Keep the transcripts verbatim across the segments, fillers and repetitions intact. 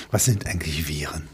Was sind eigentlich Viren?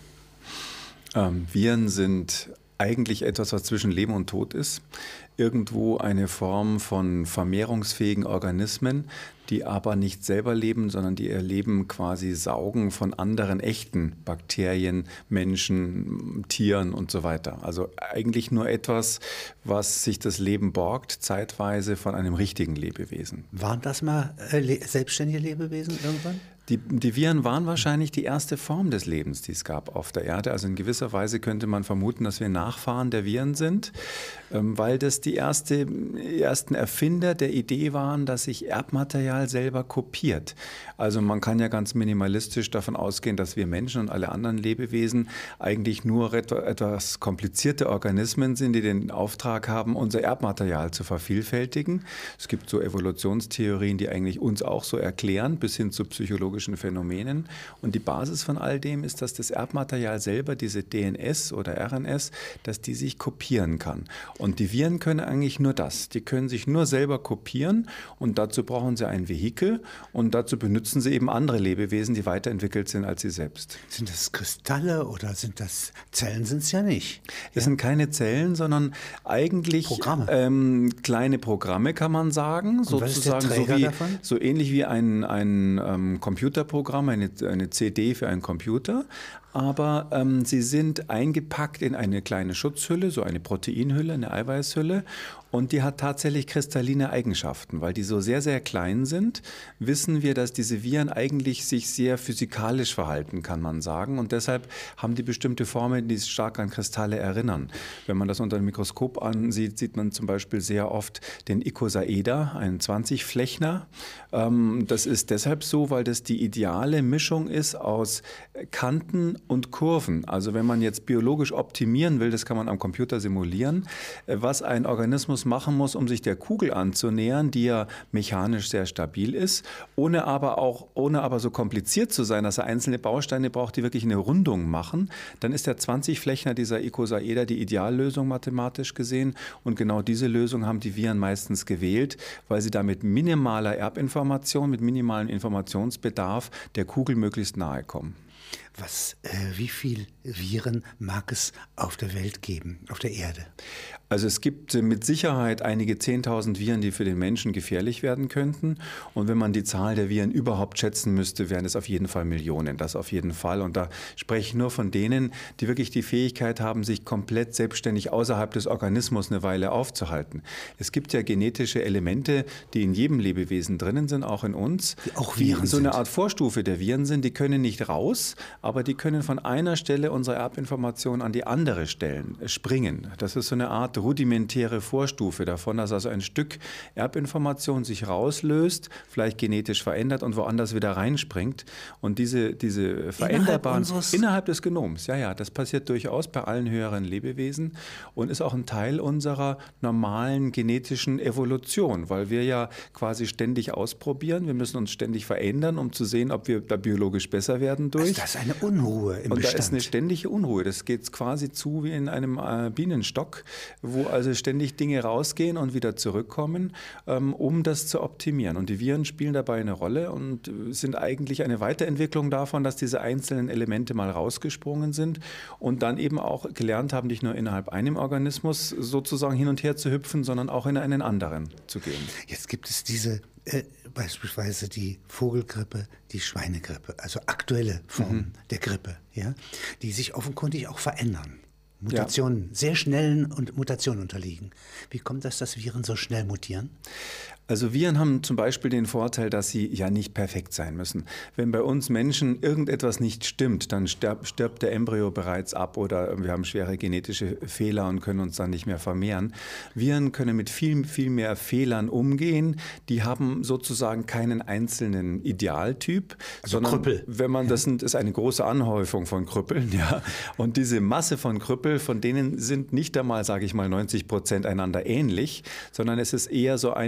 Ähm, Viren sind eigentlich etwas, was zwischen Leben und Tod ist. Irgendwo eine Form von vermehrungsfähigen Organismen, die aber nicht selber leben, sondern die ihr Leben quasi saugen von anderen echten Bakterien, Menschen, Tieren und so weiter. Also eigentlich nur etwas, was sich das Leben borgt, zeitweise von einem richtigen Lebewesen. Waren das mal äh, le- selbstständige Lebewesen irgendwann? Die, die Viren waren wahrscheinlich die erste Form des Lebens, die es gab auf der Erde. Also in gewisser Weise könnte man vermuten, dass wir Nachfahren der Viren sind, ähm, weil das die erste, ersten Erfinder der Idee waren, dass sich Erbmaterial selber kopiert. Also man kann ja ganz minimalistisch davon ausgehen, dass wir Menschen und alle anderen Lebewesen eigentlich nur etwas komplizierte Organismen sind, die den Auftrag haben, unser Erbmaterial zu vervielfältigen. Es gibt so Evolutionstheorien, die eigentlich uns auch so erklären, bis hin zu psychologischen Phänomenen. Und die Basis von all dem ist, dass das Erbmaterial selber, diese D N S oder R N S, dass die sich kopieren kann. Und die Viren können eigentlich nur das. Die können sich nur selber kopieren und dazu brauchen sie ein Vehikel und dazu benutzen sie eben andere Lebewesen, die weiterentwickelt sind als sie selbst. Sind das Kristalle oder sind das Zellen? Sind es ja nicht. Es ja? sind keine Zellen, sondern eigentlich Programme. Ähm, kleine Programme, kann man sagen. Und sozusagen was ist der Träger so, wie, davon? so ähnlich wie ein, ein ähm, Computerprogramm, eine, eine C D für einen Computer. Aber ähm, sie sind eingepackt in eine kleine Schutzhülle, so eine Proteinhülle, eine Eiweißhülle. Und die hat tatsächlich kristalline Eigenschaften. Weil die so sehr, sehr klein sind, wissen wir, dass diese Viren eigentlich sich sehr physikalisch verhalten, kann man sagen. Und deshalb haben die bestimmte Formen, die stark an Kristalle erinnern. Wenn man das unter dem Mikroskop ansieht, sieht man zum Beispiel sehr oft den Icosaeder, einen zwanzig-Flächner. Ähm, das ist deshalb so, weil das die ideale Mischung ist aus Kanten und Kurven. Also wenn man jetzt biologisch optimieren will, das kann man am Computer simulieren, was ein Organismus machen muss, um sich der Kugel anzunähern, die ja mechanisch sehr stabil ist, ohne aber auch, ohne aber so kompliziert zu sein, dass er einzelne Bausteine braucht, die wirklich eine Rundung machen, dann ist der zwanzig-Flächner dieser Icosaeder die Ideallösung mathematisch gesehen. Und genau diese Lösung haben die Viren meistens gewählt, weil sie da mit minimaler Erbinformation, mit minimalem Informationsbedarf der Kugel möglichst nahe kommen. Was, äh, wie viel Viren mag es auf der Welt geben, auf der Erde? Also es gibt mit Sicherheit einige zehntausend Viren, die für den Menschen gefährlich werden könnten. Und wenn man die Zahl der Viren überhaupt schätzen müsste, wären es auf jeden Fall Millionen. Das auf jeden Fall. Und da spreche ich nur von denen, die wirklich die Fähigkeit haben, sich komplett selbstständig außerhalb des Organismus eine Weile aufzuhalten. Es gibt ja genetische Elemente, die in jedem Lebewesen drinnen sind, auch in uns. Die auch Viren die so sind. eine Art Vorstufe der Viren sind. Die können nicht raus, aber die können von einer Stelle unserer Erbinformation an die andere Stellen springen. Das ist so eine Art rudimentäre Vorstufe davon, dass also ein Stück Erbinformation sich rauslöst, vielleicht genetisch verändert und woanders wieder reinspringt. Und diese, diese veränderbaren innerhalb, innerhalb des Genoms, ja, ja, das passiert durchaus bei allen höheren Lebewesen und ist auch ein Teil unserer normalen genetischen Evolution, weil wir ja quasi ständig ausprobieren. Wir müssen uns ständig verändern, um zu sehen, ob wir da biologisch besser werden durch. Also das ist eine Unruhe im Und Bestand. da ist eine ständige Unruhe. Das geht quasi zu wie in einem äh, Bienenstock, wo also ständig Dinge rausgehen und wieder zurückkommen, ähm, um das zu optimieren. Und die Viren spielen dabei eine Rolle und sind eigentlich eine Weiterentwicklung davon, dass diese einzelnen Elemente mal rausgesprungen sind und dann eben auch gelernt haben, nicht nur innerhalb einem Organismus sozusagen hin und her zu hüpfen, sondern auch in einen anderen zu gehen. Jetzt gibt es diese äh, beispielsweise die Vogelgrippe, die Schweinegrippe, also aktuelle Formen mhm. der Grippe, ja, die sich offenkundig auch verändern. Mutationen, ja. sehr schnellen und Mutationen unterliegen. Wie kommt das, dass Viren so schnell mutieren? Also Viren haben zum Beispiel den Vorteil, dass sie ja nicht perfekt sein müssen. Wenn bei uns Menschen irgendetwas nicht stimmt, dann stirb, stirbt der Embryo bereits ab oder wir haben schwere genetische Fehler und können uns dann nicht mehr vermehren. Viren können mit viel, viel mehr Fehlern umgehen. Die haben sozusagen keinen einzelnen Idealtyp, also sondern Krüppel. Wenn man, das sind, ist eine große Anhäufung von Krüppeln, ja. Und diese Masse von Krüppel, von denen sind nicht einmal, sage ich mal, neunzig Prozent einander ähnlich, sondern es ist eher so eine Art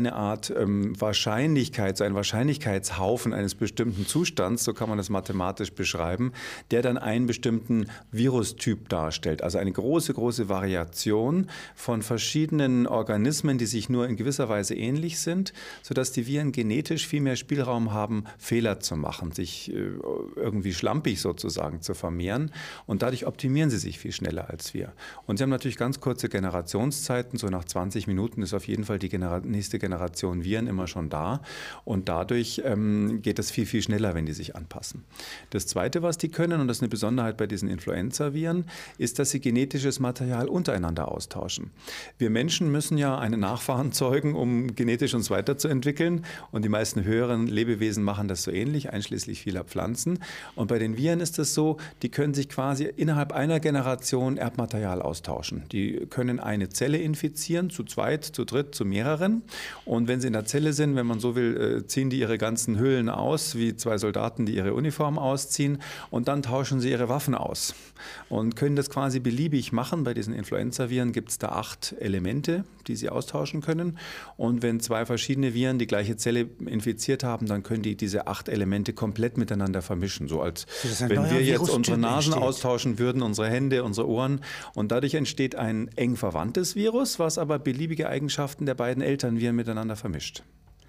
Art ähm, Wahrscheinlichkeit, so ein Wahrscheinlichkeitshaufen eines bestimmten Zustands, so kann man das mathematisch beschreiben, der dann einen bestimmten Virustyp darstellt. Also eine große, große Variation von verschiedenen Organismen, die sich nur in gewisser Weise ähnlich sind, sodass die Viren genetisch viel mehr Spielraum haben, Fehler zu machen, sich äh, irgendwie schlampig sozusagen zu vermehren. Und dadurch optimieren sie sich viel schneller als wir. Und sie haben natürlich ganz kurze Generationszeiten, so nach zwanzig Minuten ist auf jeden Fall die Genera- nächste Generation Viren immer schon da. Und dadurch ähm, geht das viel, viel schneller, wenn die sich anpassen. Das Zweite, was die können, und das ist eine Besonderheit bei diesen Influenza-Viren, ist, dass sie genetisches Material untereinander austauschen. Wir Menschen müssen ja einen Nachfahren zeugen, um genetisch uns weiterzuentwickeln. Und die meisten höheren Lebewesen machen das so ähnlich, einschließlich vieler Pflanzen. Und bei den Viren ist es so, die können sich quasi innerhalb einer Generation Erbmaterial austauschen. Die können eine Zelle infizieren, zu zweit, zu dritt, zu mehreren. Und wenn sie in der Zelle sind, wenn man so will, ziehen die ihre ganzen Hüllen aus, wie zwei Soldaten, die ihre Uniform ausziehen. Und dann tauschen sie ihre Waffen aus und können das quasi beliebig machen. Bei diesen Influenza-Viren gibt es da acht Elemente, die sie austauschen können. Und wenn zwei verschiedene Viren die gleiche Zelle infiziert haben, dann können die diese acht Elemente komplett miteinander vermischen. So als wenn wir jetzt unsere Nasen entsteht. austauschen würden, unsere Hände, unsere Ohren. Und dadurch entsteht ein eng verwandtes Virus, was aber beliebige Eigenschaften der beiden Elternviren miteinander vermischt.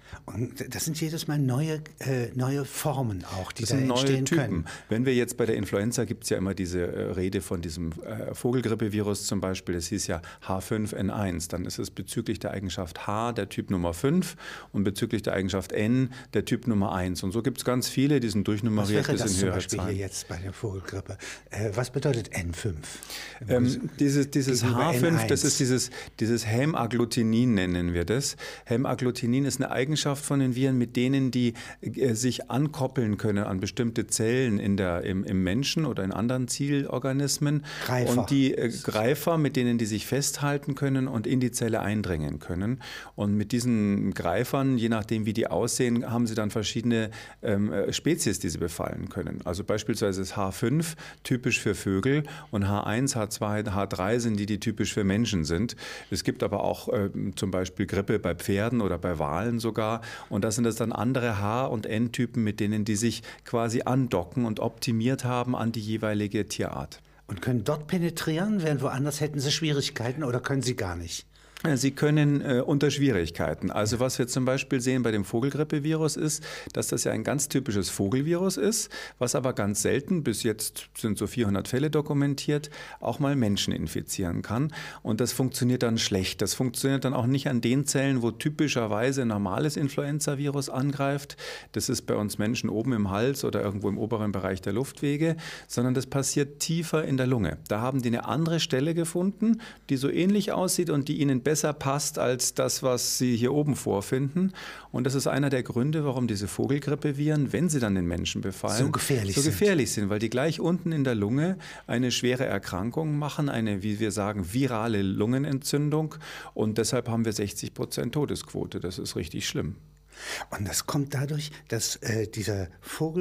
Und das sind jedes Mal neue, äh, neue Formen auch, die das da sind neue entstehen Typen. können. Wenn wir jetzt bei der Influenza, gibt es ja immer diese äh, Rede von diesem äh, Vogelgrippevirus zum Beispiel, das hieß ja H fünf N eins, dann ist es bezüglich der Eigenschaft H der Typ Nummer fünf und bezüglich der Eigenschaft N der Typ Nummer eins. Und so gibt es ganz viele, die sind durchnummeriert bis in höhere Zahlen. Was wäre das zum Beispiel hier jetzt bei der Vogelgrippe? Äh, was bedeutet N fünf? Ähm, dieses dieses H fünf, N eins. Das ist dieses, dieses Hämagglutinin, nennen wir das. Hämagglutinin ist eine Eigenschaft von den Viren, mit denen die äh, sich ankoppeln können an bestimmte Zellen in der, im, im Menschen oder in anderen Zielorganismen. Greifer. Und die äh, Greifer, mit denen die sich festhalten können und in die Zelle eindringen können. Und mit diesen Greifern, je nachdem wie die aussehen, haben sie dann verschiedene ähm, Spezies, die sie befallen können. Also beispielsweise ist H fünf typisch für Vögel und H eins, H zwei, H drei sind die, die typisch für Menschen sind. Es gibt aber auch äh, zum Beispiel Grippe bei Pferden oder bei Walen sogar. Und das sind das dann andere H- und N-Typen, mit denen die sich quasi andocken und optimiert haben an die jeweilige Tierart. Und können dort penetrieren, während woanders hätten sie Schwierigkeiten oder können sie gar nicht? Sie können äh, unter Schwierigkeiten. Also was wir zum Beispiel sehen bei dem Vogelgrippevirus ist, dass das ja ein ganz typisches Vogelvirus ist, was aber ganz selten, bis jetzt sind so vierhundert Fälle dokumentiert, auch mal Menschen infizieren kann. Und das funktioniert dann schlecht. Das funktioniert dann auch nicht an den Zellen, wo typischerweise ein normales Influenza-Virus angreift. Das ist bei uns Menschen oben im Hals oder irgendwo im oberen Bereich der Luftwege, sondern das passiert tiefer in der Lunge. Da haben die eine andere Stelle gefunden, die so ähnlich aussieht und die ihnen besser passt als das, was Sie hier oben vorfinden. Und das ist einer der Gründe, warum diese Vogelgrippeviren, wenn sie dann den Menschen befallen, so gefährlich, so sind. gefährlich sind, weil die gleich unten in der Lunge eine schwere Erkrankung machen, eine, wie wir sagen, virale Lungenentzündung. Und deshalb haben wir sechzig Prozent Todesquote. Das ist richtig schlimm. Und das kommt dadurch, dass äh, dieser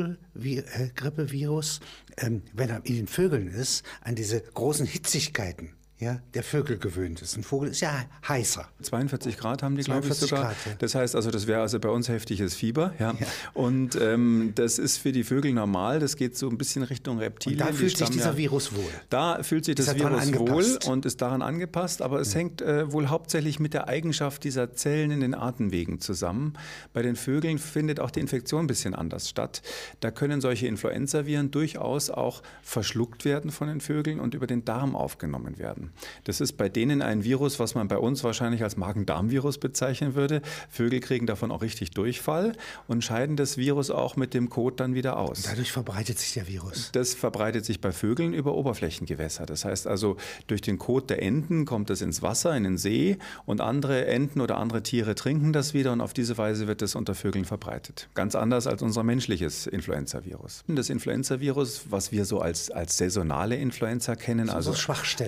Vogelgrippevirus, äh, wenn er in den Vögeln ist, an diese großen Hitzigkeiten, ja, der Vögel gewöhnt ist. Ein Vogel ist ja heißer. zweiundvierzig Grad haben die, glaube ich, sogar. Grad, ja. Das heißt also, das wäre also bei uns heftiges Fieber. Ja. Ja. Und ähm, das ist für die Vögel normal. Das geht so ein bisschen Richtung Reptilien. Und da fühlt sich dieser ja, Virus wohl. Da fühlt sich das Virus wohl und ist daran angepasst. Aber es ja. hängt äh, wohl hauptsächlich mit der Eigenschaft dieser Zellen in den Atemwegen zusammen. Bei den Vögeln findet auch die Infektion ein bisschen anders statt. Da können solche Influenzaviren durchaus auch verschluckt werden von den Vögeln und über den Darm aufgenommen werden. Das ist bei denen ein Virus, was man bei uns wahrscheinlich als Magen-Darm-Virus bezeichnen würde. Vögel kriegen davon auch richtig Durchfall und scheiden das Virus auch mit dem Kot dann wieder aus. Und dadurch verbreitet sich der Virus? Das verbreitet sich bei Vögeln über Oberflächengewässer. Das heißt also, durch den Kot der Enten kommt es ins Wasser, in den See und andere Enten oder andere Tiere trinken das wieder und auf diese Weise wird es unter Vögeln verbreitet. Ganz anders als unser menschliches Influenza-Virus. Das Influenza-Virus, was wir so als, als saisonale Influenza kennen, so also Schwachstelle. alle Jahre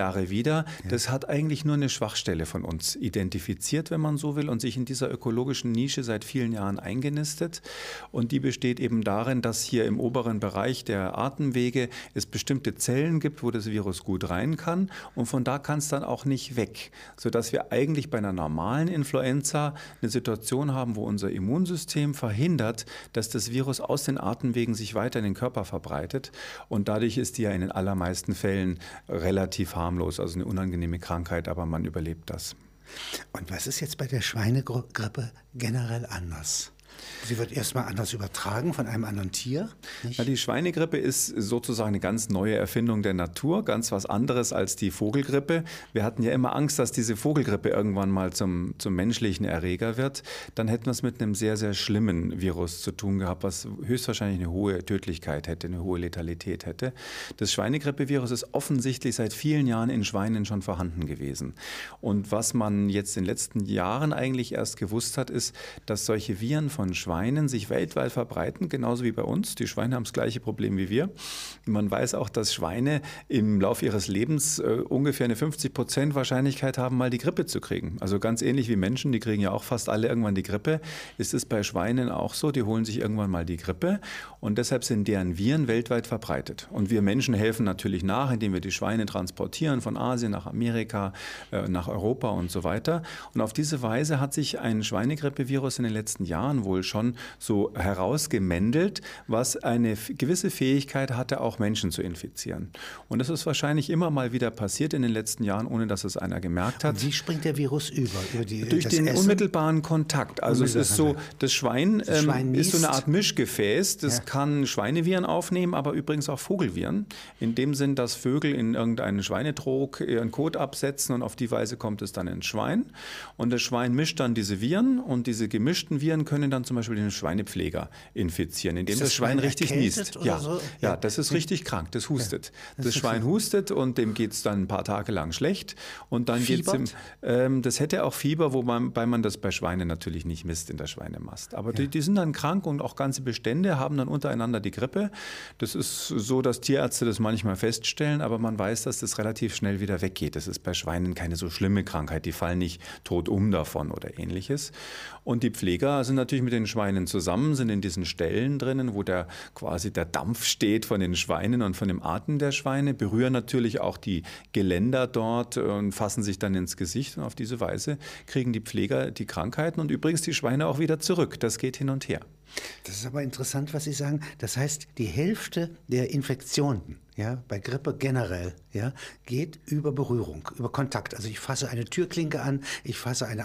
Jahre wieder. Ja. Das hat eigentlich nur eine Schwachstelle von uns identifiziert, wenn man so will, und sich in dieser ökologischen Nische seit vielen Jahren eingenistet. Und die besteht eben darin, dass hier im oberen Bereich der Atemwege es bestimmte Zellen gibt, wo das Virus gut rein kann. Und von da kann es dann auch nicht weg, sodass wir eigentlich bei einer normalen Influenza eine Situation haben, wo unser Immunsystem verhindert, dass das Virus aus den Atemwegen sich weiter in den Körper verbreitet. Und dadurch ist die ja in den allermeisten Fällen relativ harmlos, also eine unangenehme Krankheit, aber man überlebt das. Und was ist jetzt bei der Schweinegrippe generell anders? Sie wird erstmal anders übertragen von einem anderen Tier, nicht? Ja, die Schweinegrippe ist sozusagen eine ganz neue Erfindung der Natur, ganz was anderes als die Vogelgrippe. Wir hatten ja immer Angst, dass diese Vogelgrippe irgendwann mal zum, zum menschlichen Erreger wird. Dann hätten wir es mit einem sehr, sehr schlimmen Virus zu tun gehabt, was höchstwahrscheinlich eine hohe Tödlichkeit hätte, eine hohe Letalität hätte. Das Schweinegrippevirus ist offensichtlich seit vielen Jahren in Schweinen schon vorhanden gewesen. Und was man jetzt in den letzten Jahren eigentlich erst gewusst hat, ist, dass solche Viren von Schweinen sich weltweit verbreiten, genauso wie bei uns. Die Schweine haben das gleiche Problem wie wir. Man weiß auch, dass Schweine im Laufe ihres Lebens äh, ungefähr eine fünfzig Prozent Wahrscheinlichkeit haben, mal die Grippe zu kriegen. Also ganz ähnlich wie Menschen, die kriegen ja auch fast alle irgendwann die Grippe. Ist es bei Schweinen auch so, die holen sich irgendwann mal die Grippe und deshalb sind deren Viren weltweit verbreitet. Und wir Menschen helfen natürlich nach, indem wir die Schweine transportieren von Asien nach Amerika, äh, nach Europa und so weiter. Und auf diese Weise hat sich ein Schweinegrippevirus in den letzten Jahren wohl schon so herausgemändelt, was eine gewisse Fähigkeit hatte, auch Menschen zu infizieren. Und das ist wahrscheinlich immer mal wieder passiert in den letzten Jahren, ohne dass es einer gemerkt hat. Und wie springt der Virus über? über die, Durch den Essen? Unmittelbaren Kontakt. Also es ist so, das Schwein, das Schwein ähm, ist so eine Art Mischgefäß. Das ja. kann Schweineviren aufnehmen, aber übrigens auch Vogelviren. In dem Sinn, dass Vögel in irgendeinen Schweinetrog ihren Kot absetzen und auf die Weise kommt es dann ins Schwein. Und das Schwein mischt dann diese Viren und diese gemischten Viren können dann zum Beispiel den Schweinepfleger infizieren, indem das, das Schwein, Schwein richtig niest. Ja, so? ja, das ist richtig krank, das hustet. Ja, das, das Schwein hustet und dem geht es dann ein paar Tage lang schlecht. Und dann geht's ihm, ähm, das hätte auch Fieber, wobei man das bei Schweinen natürlich nicht misst in der Schweinemast. Aber ja. die, die sind dann krank und auch ganze Bestände haben dann untereinander die Grippe. Das ist so, dass Tierärzte das manchmal feststellen, aber man weiß, dass das relativ schnell wieder weggeht. Das ist bei Schweinen keine so schlimme Krankheit, die fallen nicht tot um davon oder ähnliches. Und die Pfleger sind natürlich mit den Schweinen zusammen, sind in diesen Ställen drinnen, wo der quasi der Dampf steht von den Schweinen und von dem Atem der Schweine, berühren natürlich auch die Geländer dort und fassen sich dann ins Gesicht. Und auf diese Weise kriegen die Pfleger die Krankheiten und übrigens die Schweine auch wieder zurück. Das geht hin und her. Das ist aber interessant, was Sie sagen. Das heißt, die Hälfte der Infektionen, ja, bei Grippe generell, ja, geht über Berührung, über Kontakt. Also ich fasse eine Türklinke an, ich fasse eine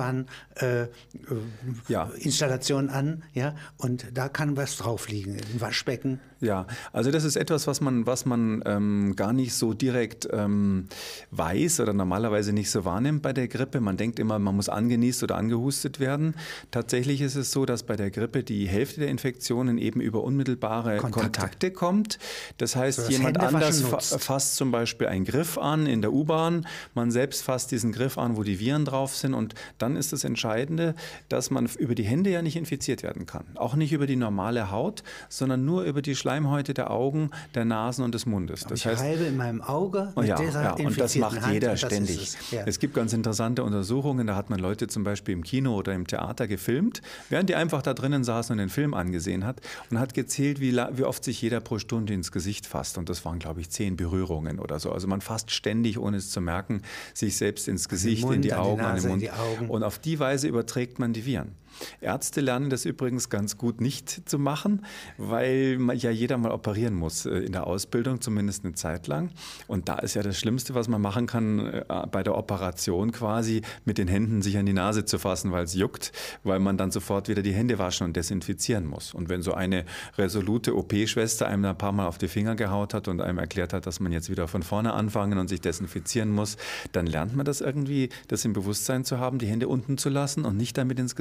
Eisenbahninstallation äh, ja. an, ja, und da kann was drauf liegen, ein Waschbecken. Ja, also das ist etwas, was man, was man ähm, gar nicht so direkt ähm, weiß oder normalerweise nicht so wahrnimmt bei der Grippe. Man denkt immer, man muss angenießt oder angehustet werden. Tatsächlich ist es so, dass bei der Grippe die Hälfte der Infektionen eben über unmittelbare Kontakte, Kontakte kommt. Das heißt, so, jemand anders fa fasst zum Beispiel einen Griff an in der U-Bahn. Man selbst fasst diesen Griff an, wo die Viren drauf sind. Und dann ist das Entscheidende, dass man über die Hände ja nicht infiziert werden kann. Auch nicht über die normale Haut, sondern nur über die Schleimhäute der Augen, der Nasen und des Mundes. Das ich heißt, reibe in meinem Auge mit ja, dieser ja, und das macht Hand, jeder ständig. Es. Ja. Es gibt ganz interessante Untersuchungen, da hat man Leute zum Beispiel im Kino oder im Theater gefilmt, während die einfach da drinnen saßen und den Film angesehen hat und hat gezählt, wie, wie oft sich jeder pro Stunde ins Gesicht fasst. Und das waren, glaube ich, zehn Berührungen oder so. Also man fasst ständig, ohne es zu merken, sich selbst ins Gesicht, Mund, in die Augen, an, die Nase, an den Mund. In die Augen. Und auf die Weise überträgt man die Viren. Ärzte lernen das übrigens ganz gut nicht zu machen, weil man ja jeder mal operieren muss in der Ausbildung, zumindest eine Zeit lang. Und da ist ja das Schlimmste, was man machen kann, bei der Operation quasi mit den Händen sich an die Nase zu fassen, weil es juckt, weil man dann sofort wieder die Hände waschen und desinfizieren muss. Und wenn so eine resolute O P-Schwester einem ein paar Mal auf die Finger gehaut hat und einem erklärt hat, dass man jetzt wieder von vorne anfangen und sich desinfizieren muss, dann lernt man das irgendwie, das im Bewusstsein zu haben, die Hände unten zu lassen und nicht damit ins Gesicht zu fassen.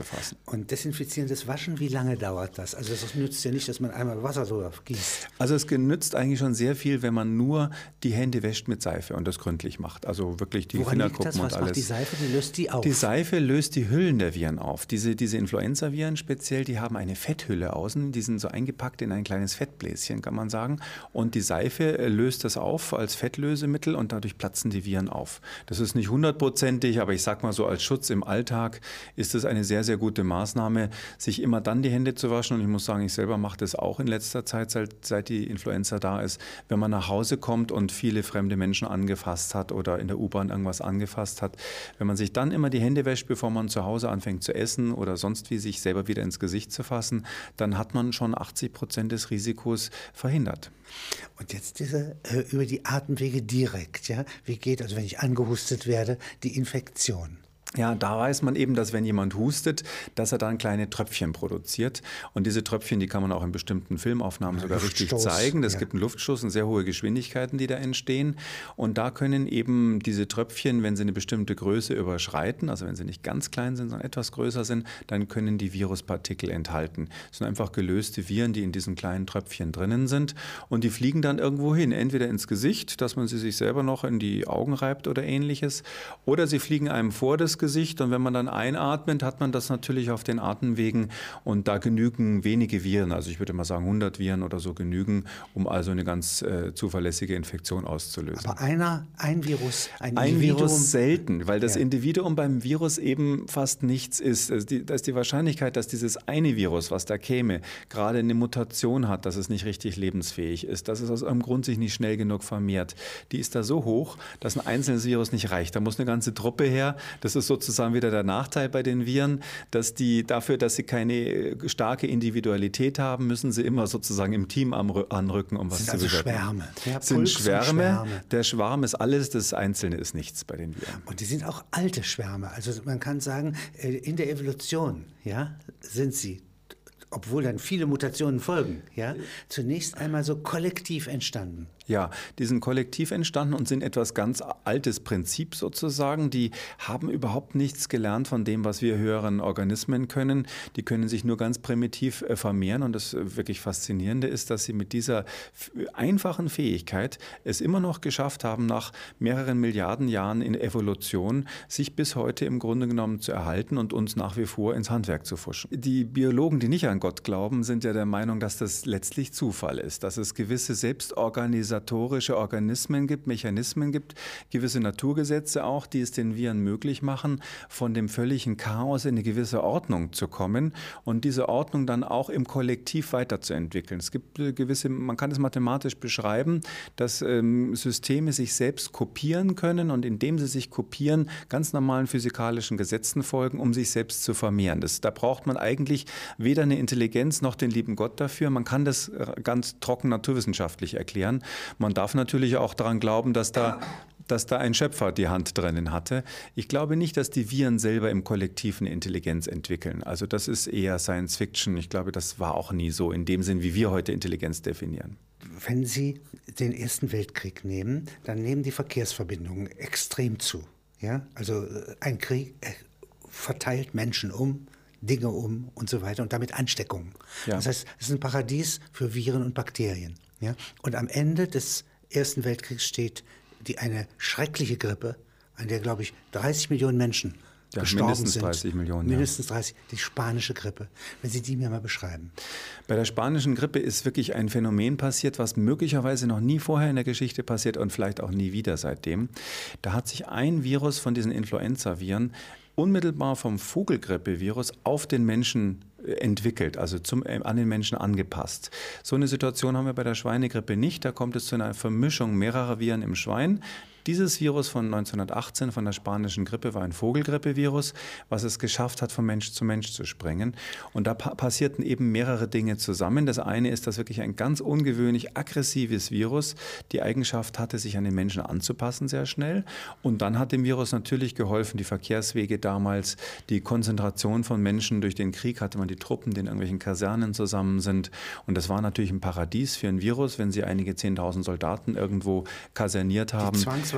anzufassen. Und desinfizierendes Waschen, wie lange dauert das? Also es nützt ja nicht, dass man einmal Wasser drüber gießt. Also es genützt eigentlich schon sehr viel, wenn man nur die Hände wäscht mit Seife und das gründlich macht. Also wirklich die Woran liegt das? Fingerkuppen Was und macht alles. die Seife? Die löst die auf. Die Seife löst die Hüllen der Viren auf. Diese, diese Influenza-Viren speziell, die haben eine Fetthülle außen, die sind so eingepackt in ein kleines Fettbläschen, kann man sagen. Und die Seife löst das auf als Fettlösemittel und dadurch platzen die Viren auf. Das ist nicht hundertprozentig, aber ich sag mal so, als Schutz im Alltag ist es eine sehr, sehr gute Maßnahme, sich immer dann die Hände zu waschen. Und ich muss sagen, ich selber mache das auch in letzter Zeit, seit, seit die Influenza da ist. Wenn man nach Hause kommt und viele fremde Menschen angefasst hat oder in der U-Bahn irgendwas angefasst hat, wenn man sich dann immer die Hände wäscht, bevor man zu Hause anfängt zu essen oder sonst wie sich selber wieder ins Gesicht zu fassen, dann hat man schon achtzig Prozent des Risikos verhindert. Und jetzt diese äh, über die Atemwege direkt, ja? Wie geht, also wenn ich angehustet werde, die Infektion? Ja, da weiß man eben, dass wenn jemand hustet, dass er dann kleine Tröpfchen produziert. Und diese Tröpfchen, die kann man auch in bestimmten Filmaufnahmen sogar richtig zeigen. Es ja. gibt einen Luftstoß und sehr hohe Geschwindigkeiten, die da entstehen. Und da können eben diese Tröpfchen, wenn sie eine bestimmte Größe überschreiten, also wenn sie nicht ganz klein sind, sondern etwas größer sind, dann können die Viruspartikel enthalten. Das sind einfach gelöste Viren, die in diesen kleinen Tröpfchen drinnen sind. Und die fliegen dann irgendwo hin, entweder ins Gesicht, dass man sie sich selber noch in die Augen reibt oder ähnliches, oder sie fliegen einem vor das Gesicht und wenn man dann einatmet, hat man das natürlich auf den Atemwegen und da genügen wenige Viren, also ich würde mal sagen hundert Viren oder so genügen, um also eine ganz äh, zuverlässige Infektion auszulösen. Aber einer, ein Virus, ein, ein Individuum. Virus selten, weil das Ja. Individuum beim Virus eben fast nichts ist. Also die, da ist die Wahrscheinlichkeit, dass dieses eine Virus, was da käme, gerade eine Mutation hat, dass es nicht richtig lebensfähig ist, dass es aus irgendeinem Grund sich nicht schnell genug vermehrt, die ist da so hoch, dass ein einzelnes Virus nicht reicht. Da muss eine ganze Truppe her. Das ist sozusagen wieder der Nachteil bei den Viren, dass die dafür, dass sie keine starke Individualität haben, müssen sie immer sozusagen im Team anrücken, um was sind zu also bewirken. Schwärme. Ja, Sind Pulks und Schwärme. Schwärme. Der Schwarm ist alles, das Einzelne ist nichts bei den Viren. Und die sind auch alte Schwärme. Also man kann sagen, äh, in der Evolution, ja, sind sie, obwohl dann viele Mutationen folgen, ja, zunächst einmal so kollektiv entstanden. Ja, die sind kollektiv entstanden und sind etwas ganz altes Prinzip sozusagen. Die haben überhaupt nichts gelernt von dem, was wir höheren Organismen können. Die können sich nur ganz primitiv äh, vermehren und das äh, wirklich Faszinierende ist, dass sie mit dieser einfachen Fähigkeit es immer noch geschafft haben, nach mehreren Milliarden Jahren in Evolution sich bis heute im Grunde genommen zu erhalten und uns nach wie vor ins Handwerk zu fuschen. Die Biologen, die nicht an Gott glauben, sind ja der Meinung, dass das letztlich Zufall ist, dass es gewisse Selbstorganisatorische Organismen gibt, Mechanismen gibt, gewisse Naturgesetze auch, die es den Viren möglich machen, von dem völligen Chaos in eine gewisse Ordnung zu kommen und diese Ordnung dann auch im Kollektiv weiterzuentwickeln. Es gibt gewisse, man kann es mathematisch beschreiben, dass ähm, Systeme sich selbst kopieren können und indem sie sich kopieren, ganz normalen physikalischen Gesetzen folgen, um sich selbst zu vermehren. Das, da braucht man eigentlich weder eine Intelligenz noch den lieben Gott dafür. Man kann das ganz trocken naturwissenschaftlich erklären. Man darf natürlich auch daran glauben, dass da, dass da ein Schöpfer die Hand drinnen hatte. Ich glaube nicht, dass die Viren selber im Kollektiv eine Intelligenz entwickeln. Also das ist eher Science Fiction. Ich glaube, das war auch nie so in dem Sinn, wie wir heute Intelligenz definieren. Wenn Sie den Ersten Weltkrieg nehmen, dann nehmen die Verkehrsverbindungen extrem zu. Ja? Also ein Krieg verteilt Menschen um, Dinge um und so weiter und damit Ansteckungen. Ja. Das heißt, es ist ein Paradies für Viren und Bakterien. Ja? Und am Ende des Ersten Weltkriegs steht die, eine schreckliche Grippe, an der, glaube ich, dreißig Millionen Menschen ja, gestorben mindestens sind. dreißig Millionen. Mindestens ja. dreißig. Die spanische Grippe. Wenn Sie die mir mal beschreiben. Bei der spanischen Grippe ist wirklich ein Phänomen passiert, was möglicherweise noch nie vorher in der Geschichte passiert und vielleicht auch nie wieder seitdem. Da hat sich ein Virus von diesen Influenza-Viren unmittelbar vom Vogelgrippevirus auf den Menschen entwickelt, also zum, an den Menschen angepasst. So eine Situation haben wir bei der Schweinegrippe nicht. Da kommt es zu einer Vermischung mehrerer Viren im Schwein. Dieses Virus von neunzehnhundertachtzehn, von der spanischen Grippe, war ein Vogelgrippevirus, was es geschafft hat, von Mensch zu Mensch zu springen. Und da pa- passierten eben mehrere Dinge zusammen. Das eine ist, dass wirklich ein ganz ungewöhnlich aggressives Virus die Eigenschaft hatte, sich an den Menschen anzupassen sehr schnell. Und dann hat dem Virus natürlich geholfen, die Verkehrswege damals, die Konzentration von Menschen durch den Krieg, hatte man die Truppen, die in irgendwelchen Kasernen zusammen sind. Und das war natürlich ein Paradies für ein Virus, wenn sie einige zehntausend Soldaten irgendwo kaserniert haben. Die zwangsweise